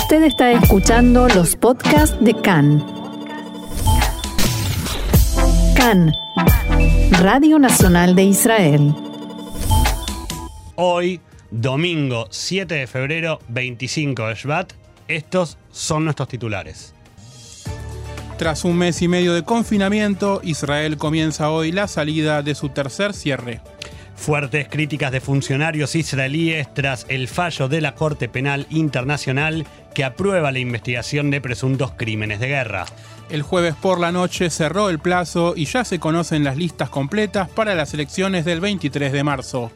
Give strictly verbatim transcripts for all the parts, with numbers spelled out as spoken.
Usted está escuchando los podcasts de C A N. C A N, Radio Nacional de Israel. Hoy, domingo siete de febrero, veinticinco de Shvat, estos son nuestros titulares. Tras un mes y medio de confinamiento, Israel comienza hoy la salida de su tercer cierre. Fuertes críticas de funcionarios israelíes tras el fallo de la Corte Penal Internacional que aprueba la investigación de presuntos crímenes de guerra. El jueves por la noche cerró el plazo y ya se conocen las listas completas para las elecciones del veintitrés de marzo.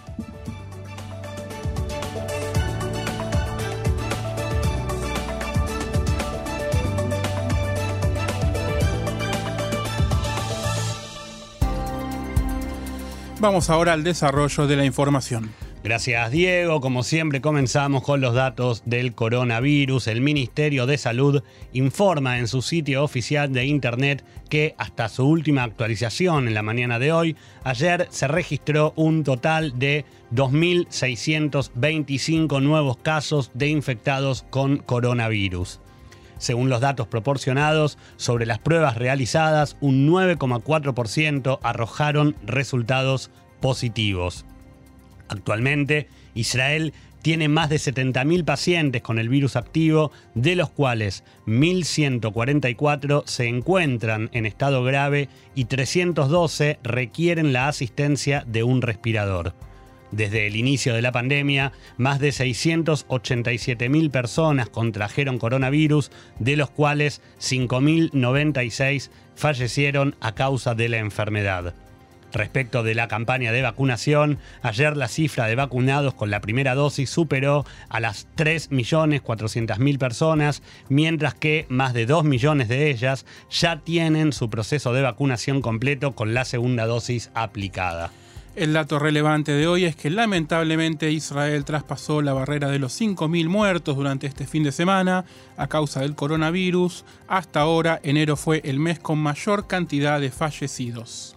Vamos ahora al desarrollo de la información. Gracias, Diego. Como siempre, comenzamos con los datos del coronavirus. El Ministerio de Salud informa en su sitio oficial de internet que hasta su última actualización en la mañana de hoy, ayer se registró un total de dos mil seiscientos veinticinco nuevos casos de infectados con coronavirus. Según los datos proporcionados, sobre las pruebas realizadas, un nueve coma cuatro por ciento arrojaron resultados positivos. Actualmente, Israel tiene más de setenta mil pacientes con el virus activo, de los cuales mil ciento cuarenta y cuatro se encuentran en estado grave y trescientos doce requieren la asistencia de un respirador. Desde el inicio de la pandemia, más de seiscientas ochenta y siete mil personas contrajeron coronavirus, de los cuales cinco mil noventa y seis fallecieron a causa de la enfermedad. Respecto de la campaña de vacunación, ayer la cifra de vacunados con la primera dosis superó a las tres millones cuatrocientas mil personas, mientras que más de dos millones de ellas ya tienen su proceso de vacunación completo con la segunda dosis aplicada. El dato relevante de hoy es que lamentablemente Israel traspasó la barrera de los cinco mil muertos durante este fin de semana a causa del coronavirus. Hasta ahora, enero fue el mes con mayor cantidad de fallecidos.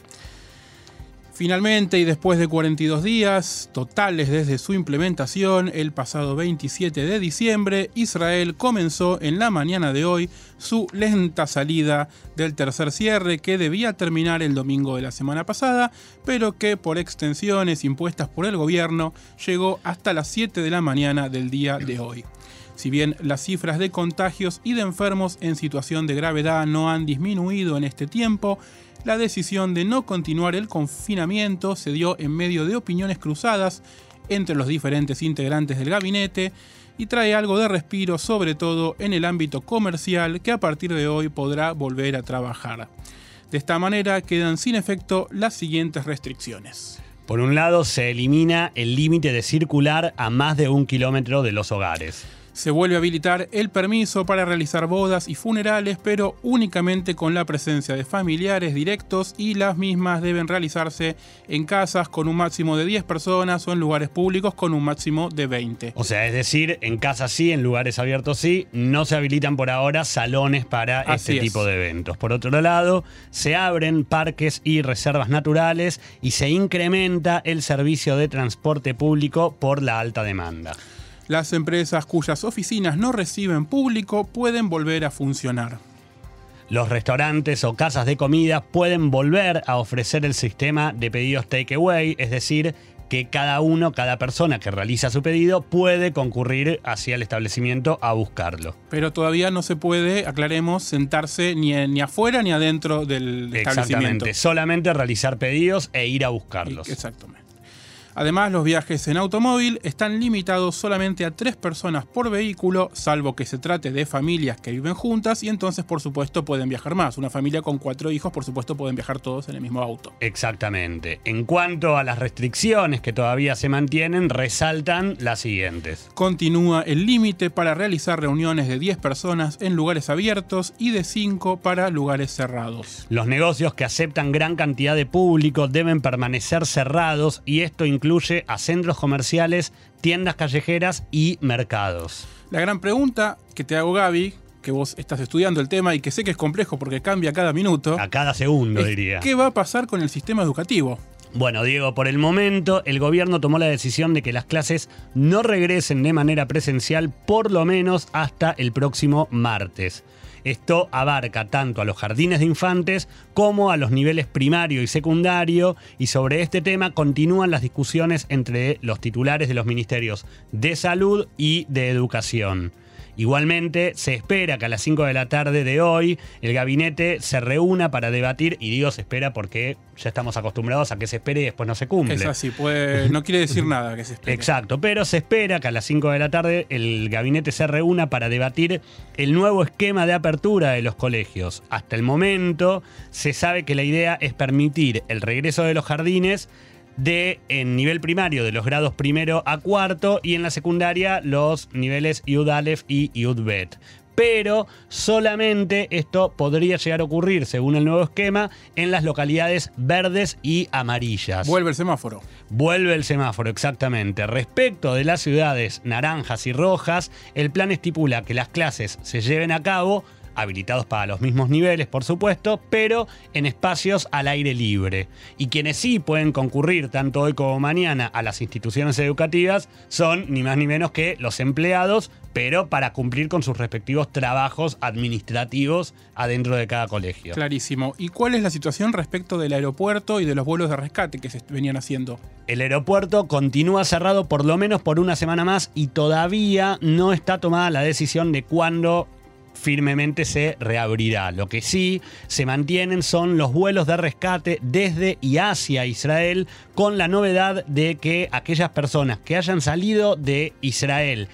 Finalmente, y después de cuarenta y dos días totales desde su implementación, el pasado veintisiete de diciembre, Israel comenzó en la mañana de hoy su lenta salida del tercer cierre que debía terminar el domingo de la semana pasada, pero que por extensiones impuestas por el gobierno llegó hasta las siete de la mañana del día de hoy. Si bien las cifras de contagios y de enfermos en situación de gravedad no han disminuido en este tiempo, la decisión de no continuar el confinamiento se dio en medio de opiniones cruzadas entre los diferentes integrantes del gabinete y trae algo de respiro, sobre todo en el ámbito comercial, que a partir de hoy podrá volver a trabajar. De esta manera quedan sin efecto las siguientes restricciones. Por un lado, se elimina el límite de circular a más de un kilómetro de los hogares. Se vuelve a habilitar el permiso para realizar bodas y funerales, pero únicamente con la presencia de familiares directos, y las mismas deben realizarse en casas con un máximo de diez personas o en lugares públicos con un máximo de veinte. O sea, es decir, en casas sí, en lugares abiertos sí, no se habilitan por ahora salones para Así este es. tipo de eventos. Por otro lado, se abren parques y reservas naturales y se incrementa el servicio de transporte público por la alta demanda. Las empresas cuyas oficinas no reciben público pueden volver a funcionar. Los restaurantes o casas de comida pueden volver a ofrecer el sistema de pedidos takeaway, es decir, que cada uno, cada persona que realiza su pedido puede concurrir hacia el establecimiento a buscarlo. Pero todavía no se puede, aclaremos, sentarse ni, ni afuera ni adentro del establecimiento. Exactamente, solamente realizar pedidos e ir a buscarlos. Exactamente. Además, los viajes en automóvil están limitados solamente a tres personas por vehículo, salvo que se trate de familias que viven juntas, y entonces, por supuesto, pueden viajar más. Una familia con cuatro hijos, por supuesto, pueden viajar todos en el mismo auto. Exactamente. En cuanto a las restricciones que todavía se mantienen, resaltan las siguientes. Continúa el límite para realizar reuniones de diez personas en lugares abiertos y de cinco para lugares cerrados. Los negocios que aceptan gran cantidad de público deben permanecer cerrados, y esto incluye incluye a centros comerciales, tiendas callejeras y mercados. La gran pregunta que te hago, Gaby, que vos estás estudiando el tema y que sé que es complejo porque cambia cada minuto. A cada segundo, es, diría. ¿Qué va a pasar con el sistema educativo? Bueno, Diego, por el momento el gobierno tomó la decisión de que las clases no regresen de manera presencial por lo menos hasta el próximo martes. Esto abarca tanto a los jardines de infantes como a los niveles primario y secundario, y sobre este tema continúan las discusiones entre los titulares de los ministerios de Salud y de Educación. Igualmente, se espera que a las cinco de la tarde de hoy el gabinete se reúna para debatir, y digo se espera porque ya estamos acostumbrados a que se espere y después no se cumple. Es así, puede, no quiere decir nada que se espere. Exacto, pero se espera que a las cinco de la tarde el gabinete se reúna para debatir el nuevo esquema de apertura de los colegios. Hasta el momento se sabe que la idea es permitir el regreso de los jardines de en nivel primario de los grados primero a cuarto, y en la secundaria los niveles Yud Aleph y Yud Bet. Pero solamente esto podría llegar a ocurrir, según el nuevo esquema, en las localidades verdes y amarillas. Vuelve el semáforo. Vuelve el semáforo, exactamente. Respecto de las ciudades naranjas y rojas, el plan estipula que las clases se lleven a cabo, habilitados para los mismos niveles, por supuesto, pero en espacios al aire libre. Y quienes sí pueden concurrir, tanto hoy como mañana, a las instituciones educativas son ni más ni menos que los empleados, pero para cumplir con sus respectivos trabajos administrativos adentro de cada colegio. Clarísimo. ¿Y cuál es la situación respecto del aeropuerto y de los vuelos de rescate que se venían haciendo? El aeropuerto continúa cerrado por lo menos por una semana más, y todavía no está tomada la decisión de cuándo firmemente se reabrirá. Lo que sí se mantienen son los vuelos de rescate desde y hacia Israel, con la novedad de que aquellas personas que hayan salido de Israel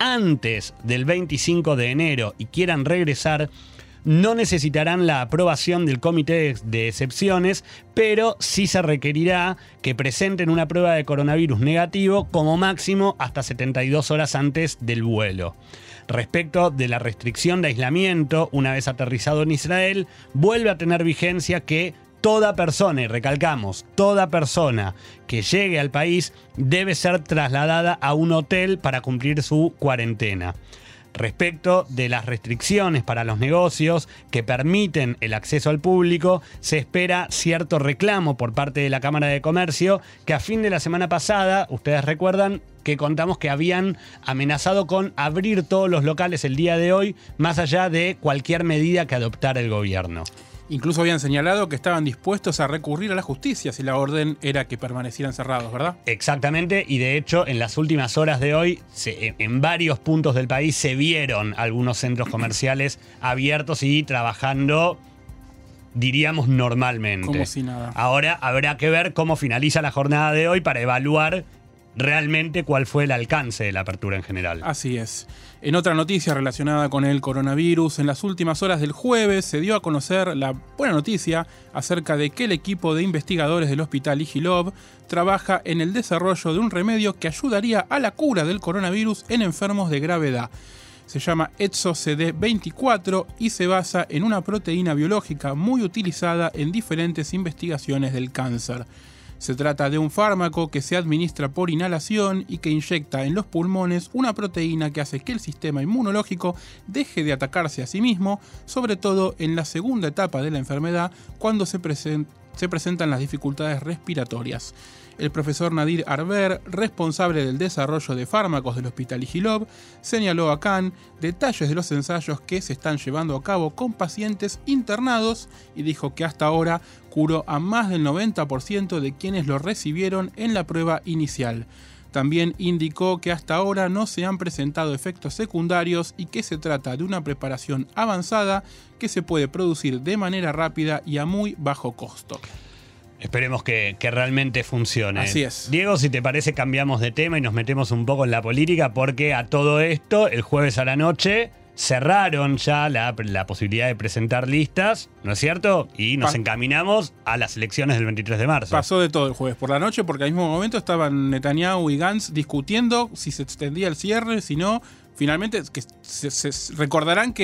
antes del veinticinco de enero y quieran regresar no necesitarán la aprobación del comité de excepciones, pero sí se requerirá que presenten una prueba de coronavirus negativo como máximo hasta setenta y dos horas antes del vuelo. Respecto de la restricción de aislamiento, una vez aterrizado en Israel, vuelve a tener vigencia que toda persona, y recalcamos, toda persona que llegue al país debe ser trasladada a un hotel para cumplir su cuarentena. Respecto de las restricciones para los negocios que permiten el acceso al público, se espera cierto reclamo por parte de la Cámara de Comercio, que a fin de la semana pasada, ustedes recuerdan que contamos que habían amenazado con abrir todos los locales el día de hoy, más allá de cualquier medida que adoptara el gobierno. Incluso habían señalado que estaban dispuestos a recurrir a la justicia si la orden era que permanecieran cerrados, ¿verdad? Exactamente, y de hecho en las últimas horas de hoy, se, en varios puntos del país se vieron algunos centros comerciales abiertos y trabajando, diríamos, normalmente. Como si nada. Ahora habrá que ver cómo finaliza la jornada de hoy para evaluar realmente cuál fue el alcance de la apertura en general. Así es. En otra noticia relacionada con el coronavirus, en las últimas horas del jueves se dio a conocer la buena noticia acerca de que el equipo de investigadores del Hospital Ichilov trabaja en el desarrollo de un remedio que ayudaría a la cura del coronavirus en enfermos de gravedad. Se llama Etso C D veinticuatro y se basa en una proteína biológica muy utilizada en diferentes investigaciones del cáncer. Se trata de un fármaco que se administra por inhalación y que inyecta en los pulmones una proteína que hace que el sistema inmunológico deje de atacarse a sí mismo, sobre todo en la segunda etapa de la enfermedad, cuando se, presen- se presentan las dificultades respiratorias. El profesor Nadir Arber, responsable del desarrollo de fármacos del Hospital Ichilov, señaló a Cannes detalles de los ensayos que se están llevando a cabo con pacientes internados y dijo que hasta ahora curó a más del noventa por ciento de quienes lo recibieron en la prueba inicial. También indicó que hasta ahora no se han presentado efectos secundarios y que se trata de una preparación avanzada que se puede producir de manera rápida y a muy bajo costo. Esperemos que, que realmente funcione. Así es. Diego, si te parece, cambiamos de tema y nos metemos un poco en la política, porque a todo esto, el jueves a la noche, cerraron ya la, la posibilidad de presentar listas, ¿no es cierto? Y nos Pa- encaminamos a las elecciones del veintitrés de marzo. Pasó de todo el jueves por la noche, porque al mismo momento estaban Netanyahu y Gantz discutiendo si se extendía el cierre, si no. Finalmente, que se, se recordarán que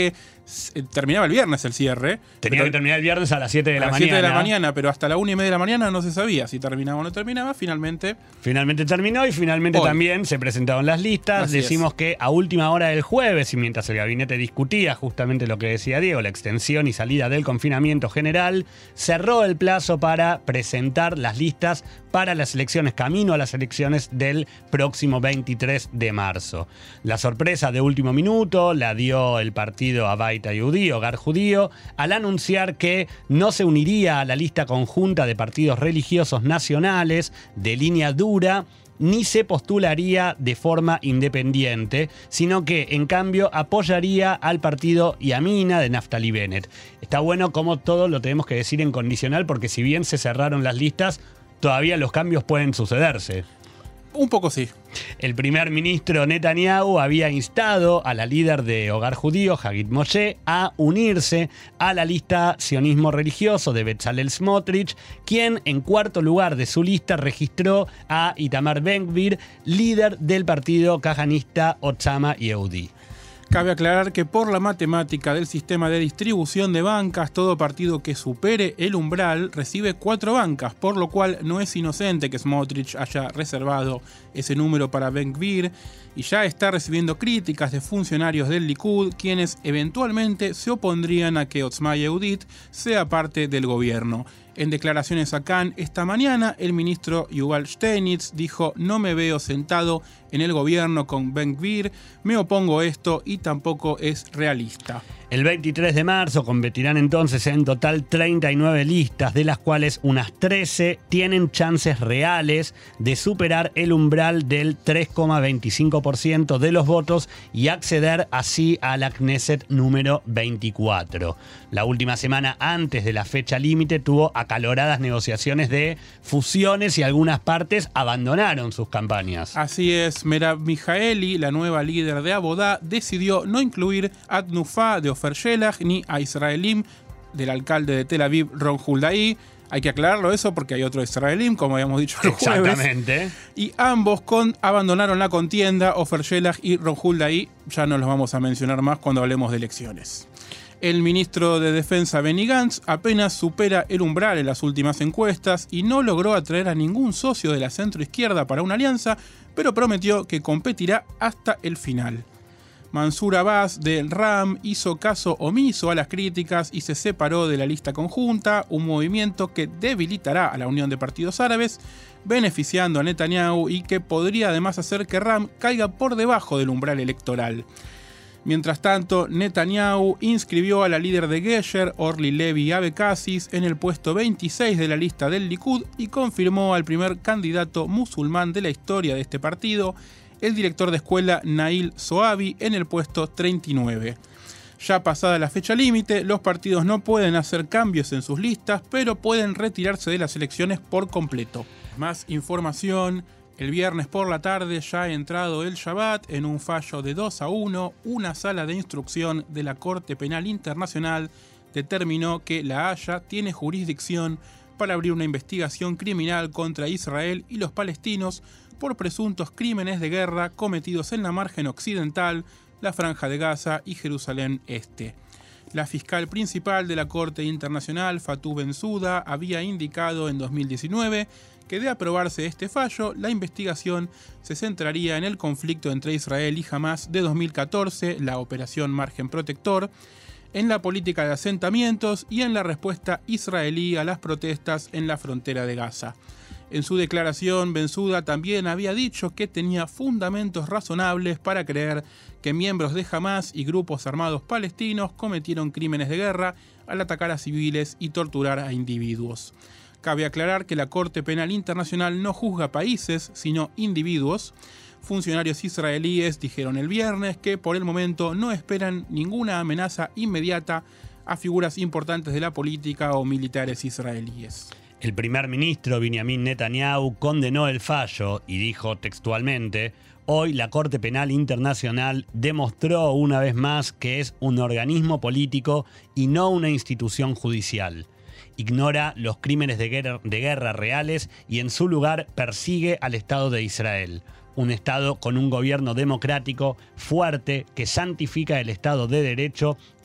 terminaba el viernes el cierre. Tenía que terminar el viernes a las siete de la mañana. A las siete de la mañana, pero hasta la una y media de la mañana no se sabía si terminaba o no terminaba. Finalmente. Finalmente terminó y finalmente hoy también se presentaron las listas. Así Decimos es. que a última hora del jueves, y mientras el gabinete discutía justamente lo que decía Diego, la extensión y salida del confinamiento general, cerró el plazo para presentar las listas para las elecciones, camino a las elecciones del próximo veintitrés de marzo. La sorpresa de último minuto la dio el partido Abait Ayudí, Hogar Judío, al anunciar que no se uniría a la lista conjunta de partidos religiosos nacionales de línea dura, ni se postularía de forma independiente, sino que en cambio apoyaría al partido Yamina de Naftali Bennett. Está bueno como todo lo tenemos que decir en condicional, porque si bien se cerraron las listas, todavía los cambios pueden sucederse. Un poco sí. El primer ministro Netanyahu había instado a la líder de Hogar Judío, Hagit Moshe, a unirse a la lista sionismo religioso de Bezalel Smotrich, quien en cuarto lugar de su lista registró a Itamar Ben-Gvir, líder del partido cajanista Otzama Yehudi. Cabe aclarar que por la matemática del sistema de distribución de bancas, todo partido que supere el umbral recibe cuatro bancas, por lo cual no es inocente que Smotrich haya reservado ese número para Ben-Gvir, y ya está recibiendo críticas de funcionarios del Likud, quienes eventualmente se opondrían a que Otzma Yehudit sea parte del gobierno. En declaraciones a Cannes esta mañana, el ministro Yuval Steinitz dijo: no me veo sentado en el gobierno con Ben-Gvir, me opongo a esto y tampoco es realista. El veintitrés de marzo competirán entonces en total treinta y nueve listas, de las cuales unas trece tienen chances reales de superar el umbral del tres coma veinticinco por ciento de los votos y acceder así a la Knesset número veinticuatro. La última semana antes de la fecha límite tuvo acaloradas negociaciones de fusiones y algunas partes abandonaron sus campañas. Así es, Merav Mijaeli, la nueva líder de Abodá, decidió no incluir a Tnufá de Ofer Shelach ni a Israelim del alcalde de Tel Aviv, Ron Huldai. Hay que aclararlo eso porque hay otro Israelim, como habíamos dicho el jueves. Exactamente. Y ambos con, abandonaron la contienda, Ofer Shelach y Ron Huldai. Ya no los vamos a mencionar más cuando hablemos de elecciones. El ministro de Defensa Benny Gantz apenas supera el umbral en las últimas encuestas y no logró atraer a ningún socio de la centroizquierda para una alianza, pero prometió que competirá hasta el final. Mansur Abbas del RAM hizo caso omiso a las críticas y se separó de la lista conjunta, un movimiento que debilitará a la Unión de Partidos Árabes, beneficiando a Netanyahu y que podría además hacer que RAM caiga por debajo del umbral electoral. Mientras tanto, Netanyahu inscribió a la líder de Gesher, Orly Levy Abecasis, en el puesto veintiséis de la lista del Likud y confirmó al primer candidato musulmán de la historia de este partido, el director de escuela Nail Zoabi, en el puesto treinta y nueve. Ya pasada la fecha límite, los partidos no pueden hacer cambios en sus listas, pero pueden retirarse de las elecciones por completo. Más información. El viernes por la tarde, ya ha entrado el Shabbat, en un fallo de dos a uno, una sala de instrucción de la Corte Penal Internacional determinó que La Haya tiene jurisdicción para abrir una investigación criminal contra Israel y los palestinos por presuntos crímenes de guerra cometidos en la margen occidental, la Franja de Gaza y Jerusalén Este. La fiscal principal de la Corte Internacional, Fatou Bensouda, había indicado en dos mil diecinueve que de aprobarse este fallo, la investigación se centraría en el conflicto entre Israel y Hamás de dos mil catorce, la Operación Margen Protector, en la política de asentamientos y en la respuesta israelí a las protestas en la frontera de Gaza. En su declaración, Bensouda también había dicho que tenía fundamentos razonables para creer que miembros de Hamás y grupos armados palestinos cometieron crímenes de guerra al atacar a civiles y torturar a individuos. Cabe aclarar que la Corte Penal Internacional no juzga países, sino individuos. Funcionarios israelíes dijeron el viernes que por el momento no esperan ninguna amenaza inmediata a figuras importantes de la política o militares israelíes. El primer ministro Benjamin Netanyahu condenó el fallo y dijo textualmente: hoy la Corte Penal Internacional demostró una vez más que es un organismo político y no una institución judicial. Ignora los crímenes de guerra, de guerra reales y en su lugar persigue al Estado de Israel. Un Estado con un gobierno democrático fuerte que santifica el Estado de Derecho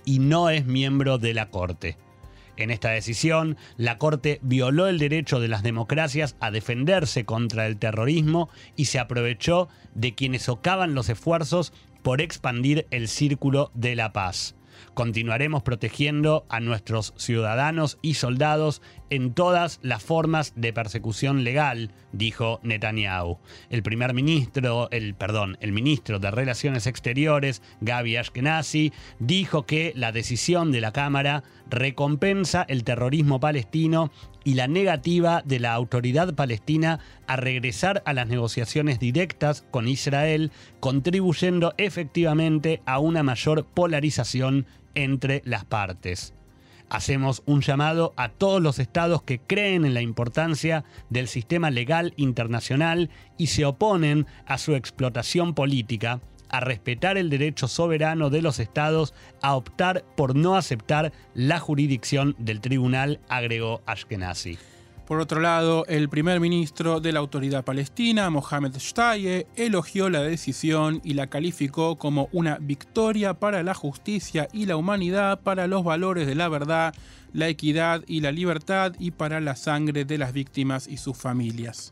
y no es miembro de la Corte. En esta decisión, la Corte violó el derecho de las democracias a defenderse contra el terrorismo y se aprovechó de quienes socavan los esfuerzos por expandir el círculo de la paz. Continuaremos protegiendo a nuestros ciudadanos y soldados en todas las formas de persecución legal, dijo Netanyahu. El primer ministro, el, perdón, el ministro de Relaciones Exteriores, Gabi Ashkenazi, dijo que la decisión de la Cámara recompensa el terrorismo palestino y la negativa de la autoridad palestina a regresar a las negociaciones directas con Israel, contribuyendo efectivamente a una mayor polarización entre las partes. Hacemos un llamado a todos los estados que creen en la importancia del sistema legal internacional y se oponen a su explotación política, a respetar el derecho soberano de los estados a optar por no aceptar la jurisdicción del tribunal, agregó Ashkenazi. Por otro lado, el primer ministro de la Autoridad Palestina, Mohamed Shtayyeh, elogió la decisión y la calificó como una victoria para la justicia y la humanidad, para los valores de la verdad, la equidad y la libertad y para la sangre de las víctimas y sus familias.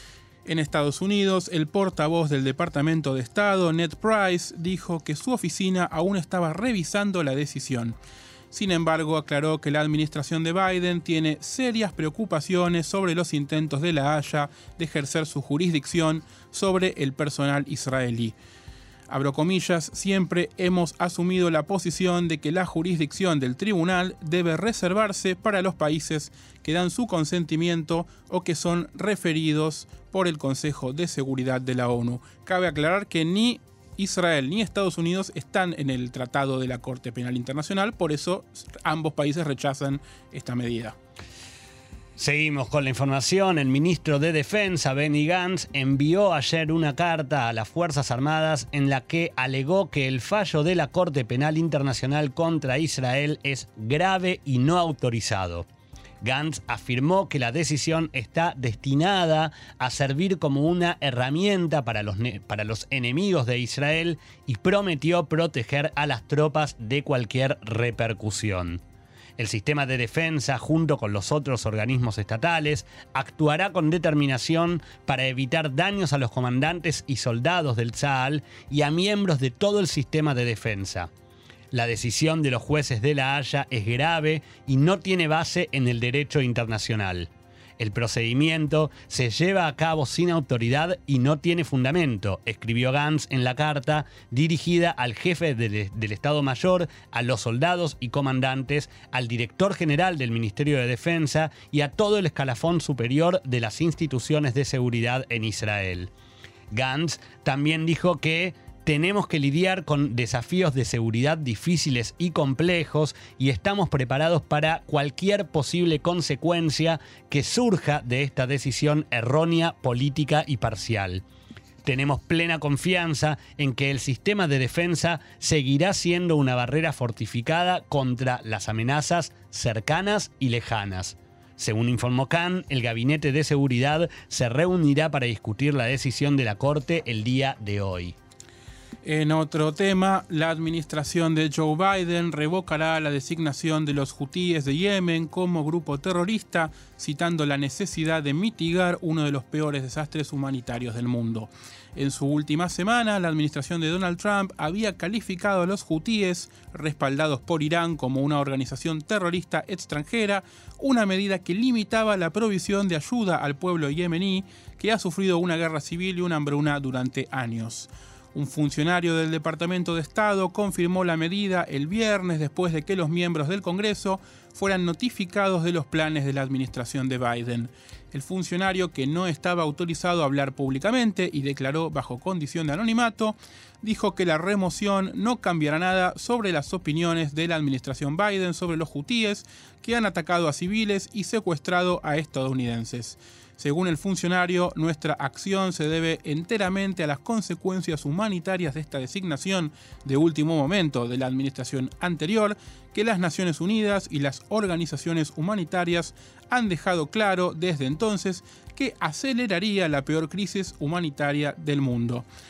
En Estados Unidos, el portavoz del Departamento de Estado, Ned Price, dijo que su oficina aún estaba revisando la decisión. Sin embargo, aclaró que la administración de Biden tiene serias preocupaciones sobre los intentos de La Haya de ejercer su jurisdicción sobre el personal israelí. Abro comillas, siempre hemos asumido la posición de que la jurisdicción del tribunal debe reservarse para los países que dan su consentimiento o que son referidos por el Consejo de Seguridad de la ONU. Cabe aclarar que ni Israel ni Estados Unidos están en el Tratado de la Corte Penal Internacional, por eso ambos países rechazan esta medida. Seguimos con la información. El ministro de Defensa, Benny Gantz, envió ayer una carta a las Fuerzas Armadas en la que alegó que el fallo de la Corte Penal Internacional contra Israel es grave y no autorizado. Gantz afirmó que la decisión está destinada a servir como una herramienta para los, para los enemigos de Israel y prometió proteger a las tropas de cualquier repercusión. El sistema de defensa, junto con los otros organismos estatales, actuará con determinación para evitar daños a los comandantes y soldados del Tzahal y a miembros de todo el sistema de defensa. La decisión de los jueces de La Haya es grave y no tiene base en el derecho internacional. El procedimiento se lleva a cabo sin autoridad y no tiene fundamento, escribió Gantz en la carta dirigida al jefe de, del Estado Mayor, a los soldados y comandantes, al director general del Ministerio de Defensa y a todo el escalafón superior de las instituciones de seguridad en Israel. Gantz también dijo que tenemos que lidiar con desafíos de seguridad difíciles y complejos y estamos preparados para cualquier posible consecuencia que surja de esta decisión errónea, política y parcial. Tenemos plena confianza en que el sistema de defensa seguirá siendo una barrera fortificada contra las amenazas cercanas y lejanas. Según informó Khan, el Gabinete de Seguridad se reunirá para discutir la decisión de la Corte el día de hoy. En otro tema, la administración de Joe Biden revocará la designación de los hutíes de Yemen como grupo terrorista, citando la necesidad de mitigar uno de los peores desastres humanitarios del mundo. En su última semana, la administración de Donald Trump había calificado a los hutíes, respaldados por Irán, como una organización terrorista extranjera, una medida que limitaba la provisión de ayuda al pueblo yemení, que ha sufrido una guerra civil y una hambruna durante años. Un funcionario del Departamento de Estado confirmó la medida el viernes después de que los miembros del Congreso fueran notificados de los planes de la administración de Biden. El funcionario, que no estaba autorizado a hablar públicamente y declaró bajo condición de anonimato, dijo que la remoción no cambiará nada sobre las opiniones de la administración Biden sobre los hutíes que han atacado a civiles y secuestrado a estadounidenses. Según el funcionario, nuestra acción se debe enteramente a las consecuencias humanitarias de esta designación de último momento de la administración anterior, que las Naciones Unidas y las organizaciones humanitarias han dejado claro desde entonces que aceleraría la peor crisis humanitaria del mundo.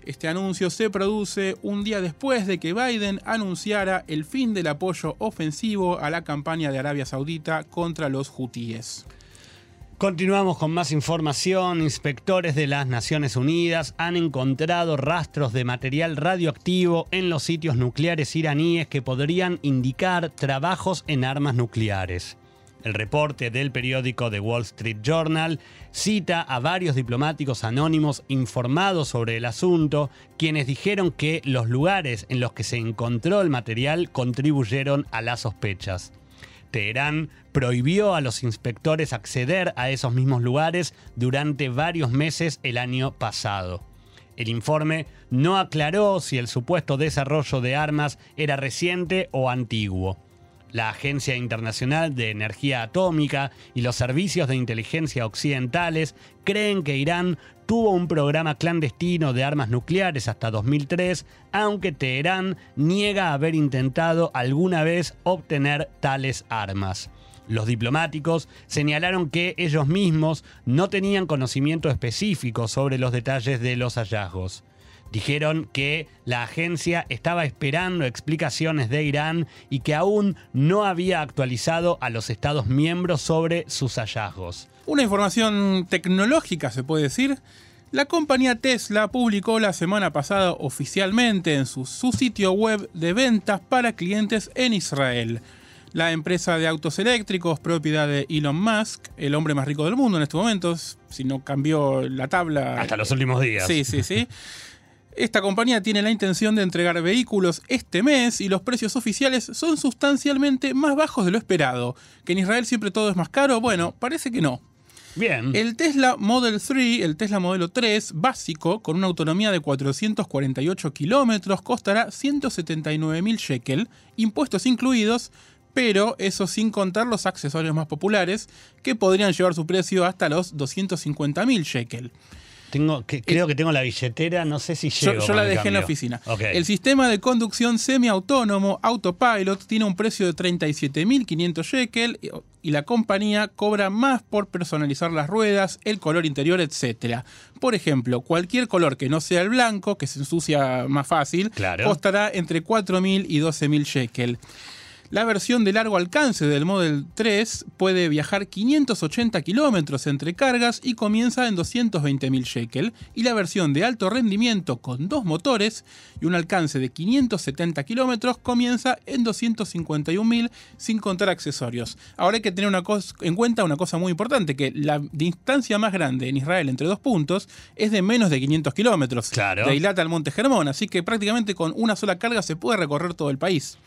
Este anuncio se produce un día después de que Biden anunciara el fin del apoyo ofensivo a la campaña de Arabia Saudita contra los hutíes. Continuamos con más información. Inspectores de las Naciones Unidas han encontrado rastros de material radioactivo en los sitios nucleares iraníes que podrían indicar trabajos en armas nucleares. El reporte del periódico The Wall Street Journal cita a varios diplomáticos anónimos informados sobre el asunto, quienes dijeron que los lugares en los que se encontró el material contribuyeron a las sospechas. Teherán prohibió a los inspectores acceder a esos mismos lugares durante varios meses el año pasado. El informe no aclaró si el supuesto desarrollo de armas era reciente o antiguo. La Agencia Internacional de Energía Atómica y los servicios de inteligencia occidentales creen que Irán tuvo un programa clandestino de armas nucleares hasta dos mil tres, aunque Teherán niega haber intentado alguna vez obtener tales armas. Los diplomáticos señalaron que ellos mismos no tenían conocimiento específico sobre los detalles de los hallazgos. Dijeron que la agencia estaba esperando explicaciones de Irán y que aún no había actualizado a los Estados miembros sobre sus hallazgos. Una información tecnológica, se puede decir. La compañía Tesla publicó la semana pasada oficialmente en su, su sitio web de ventas para clientes en Israel. La empresa de autos eléctricos, propiedad de Elon Musk, el hombre más rico del mundo en estos momentos, si no cambió la tabla... Hasta los últimos días. Sí, sí, sí. Esta compañía tiene la intención de entregar vehículos este mes y los precios oficiales son sustancialmente más bajos de lo esperado. ¿Que en Israel siempre todo es más caro? Bueno, parece que no. Bien. El Tesla Model tres, el Tesla Modelo tres básico, con una autonomía de cuatrocientos cuarenta y ocho kilómetros, costará ciento setenta y nueve mil shekel, impuestos incluidos, pero eso sin contar los accesorios más populares, que podrían llevar su precio hasta los doscientos cincuenta mil shekel. Tengo, que, creo que tengo la billetera, no sé si llego. Yo, yo la dejé cambio. en la oficina. Okay. El sistema de conducción semiautónomo Autopilot tiene un precio de treinta y siete mil quinientos shekel y la compañía cobra más por personalizar las ruedas, el color interior, etcétera. Por ejemplo, cualquier color que no sea el blanco, que se ensucia más fácil, claro, costará entre cuatro mil y doce mil shekel. La versión de largo alcance del Model tres puede viajar quinientos ochenta kilómetros entre cargas y comienza en doscientos veinte mil shekel, y la versión de alto rendimiento con dos motores y un alcance de quinientos setenta kilómetros comienza en doscientos cincuenta y un mil sin contar accesorios. Ahora hay que tener una cosa, en cuenta una cosa muy importante, que la distancia más grande en Israel entre dos puntos es de menos de quinientos kilómetros, claro, de Eilat al Monte Hermón, así que prácticamente con una sola carga se puede recorrer todo el país.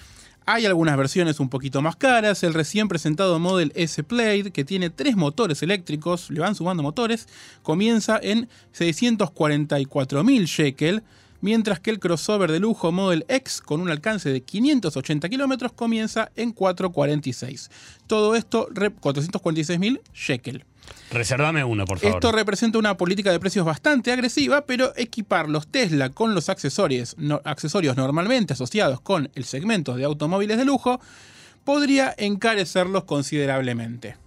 Hay algunas versiones un poquito más caras. El recién presentado Model S Plaid, que tiene tres motores eléctricos, le van sumando motores, comienza en seiscientos cuarenta y cuatro mil shekel, mientras que el crossover de lujo Model X, con un alcance de quinientos ochenta kilómetros, comienza en cuatrocientos cuarenta y seis. Todo esto, cuatrocientos cuarenta y seis mil shekel. Resérvame uno, por favor. Esto representa una política de precios bastante agresiva, pero equipar los Tesla con los accesorios, no, accesorios normalmente asociados con el segmento de automóviles de lujo podría encarecerlos considerablemente.